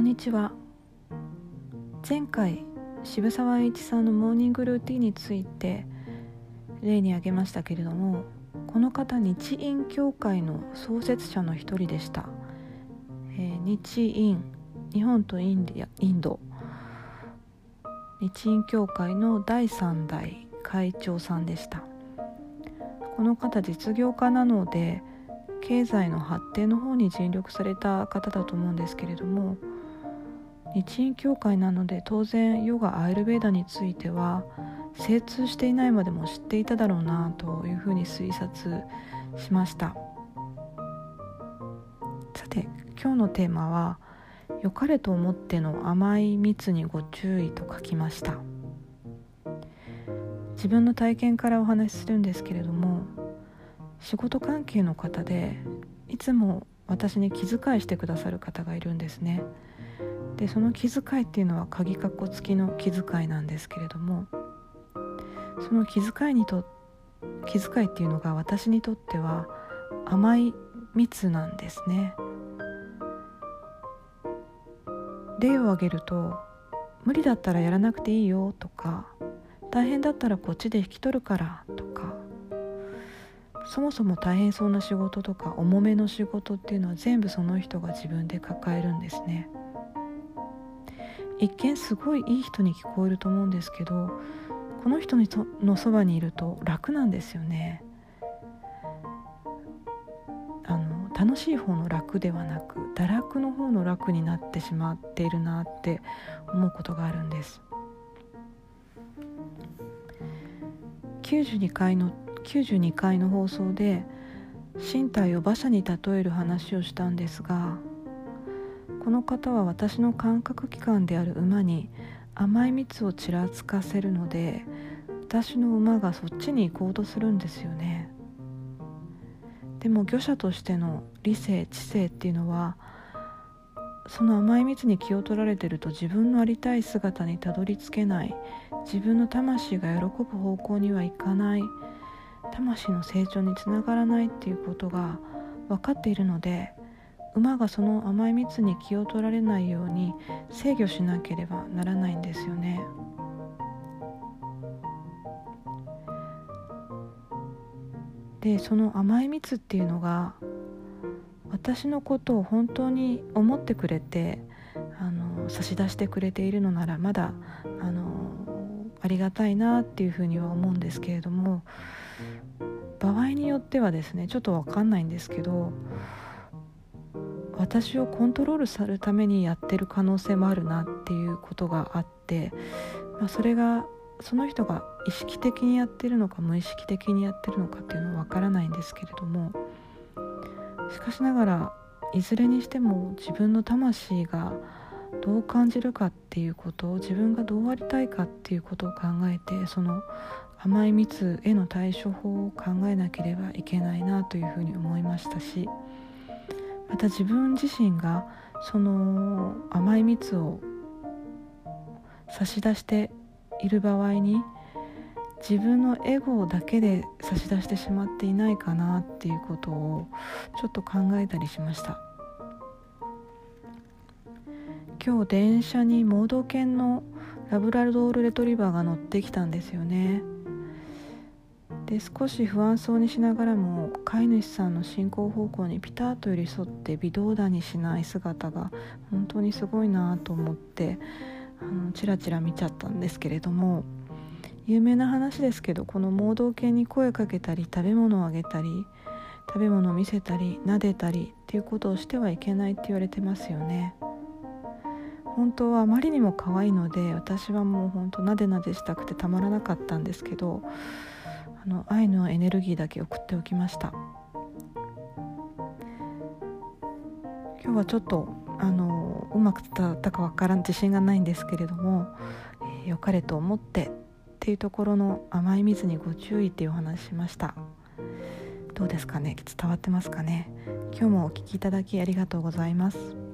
にちは。前回渋沢栄一さんのモーニングルーティンについて例に挙げましたけれども、この方日印協会の創設者の一人でした。日印、日本とインド日印協会の第3代会長さんでした。この方実業家なので経済の発展の方に尽力された方だと思うんですけれども、日印協会なので当然ヨガアーユルヴェーダについては精通していないまでも知っていただろうなというふうに推察しました。さて、今日のテーマは良かれと思っての甘い蜜にご注意と書きました。自分の体験からお話しするんですけれども、仕事関係の方でいつも私に気遣いしてくださる方がいるんですね。で、その気遣いっていうのは鍵括弧付きの気遣いなんですけれども、その気遣いっていうのが私にとっては甘い蜜なんですね。例を挙げると、無理だったらやらなくていいよとか、大変だったらこっちで引き取るからとか、そもそも大変そうな仕事とか重めの仕事っていうのは全部その人が自分で抱えるんですね。一見すごいいい人に聞こえると思うんですけど、この人のそばにいると楽なんですよね。楽しい方の楽ではなく堕落の方の楽になってしまっているなって思うことがあるんです。92回の放送で身体を馬車に例える話をしたんですが、この方は私の感覚器官である馬に甘い蜜をちらつかせるので、私の馬がそっちに行こうとするんですよね。でも御者としての理性知性っていうのは、その甘い蜜に気を取られてると自分のありたい姿にたどり着けない、自分の魂が喜ぶ方向にはいかない、魂の成長につながらないっていうことが分かっているので、馬がその甘い蜜に気を取られないように制御しなければならないんですよね。で、その甘い蜜っていうのが私のことを本当に思ってくれて差し出してくれているのならまだありがたいなっていうふうには思うんですけれども、場合によってはですね、ちょっと分かんないんですけど、私をコントロールするためにやってる可能性もあるなっていうことがあって、それがその人が意識的にやってるのか無意識的にやってるのかっていうのは分からないんですけれども、しかしながらいずれにしても自分の魂がどう感じるかっていうことを、自分がどうありたいかっていうことを考えて、その甘い蜜への対処法を考えなければいけないなというふうに思いましたし、また自分自身がその甘い蜜を差し出している場合に、自分のエゴだけで差し出してしまっていないかなっていうことをちょっと考えたりしました。今日電車に盲導犬のラブラドールレトリバーが乗ってきたんですよね。で、少し不安そうにしながらも飼い主さんの進行方向にピタッと寄り添って微動だにしない姿が本当にすごいなと思ってチラチラ見ちゃったんですけれども、有名な話ですけど、この盲導犬に声かけたり食べ物をあげたり食べ物を見せたり撫でたりっていうことをしてはいけないって言われてますよね。本当はあまりにも可愛いので、私はもう本当なでなでしたくてたまらなかったんですけど、愛のエネルギーだけ送っておきました。今日はちょっとうまく伝わったか自信がないんですけれども、良かれと思ってっていうところの甘い蜜にご注意っていうお話しました。どうですかね、伝わってますかね。今日もお聞きいただきありがとうございます。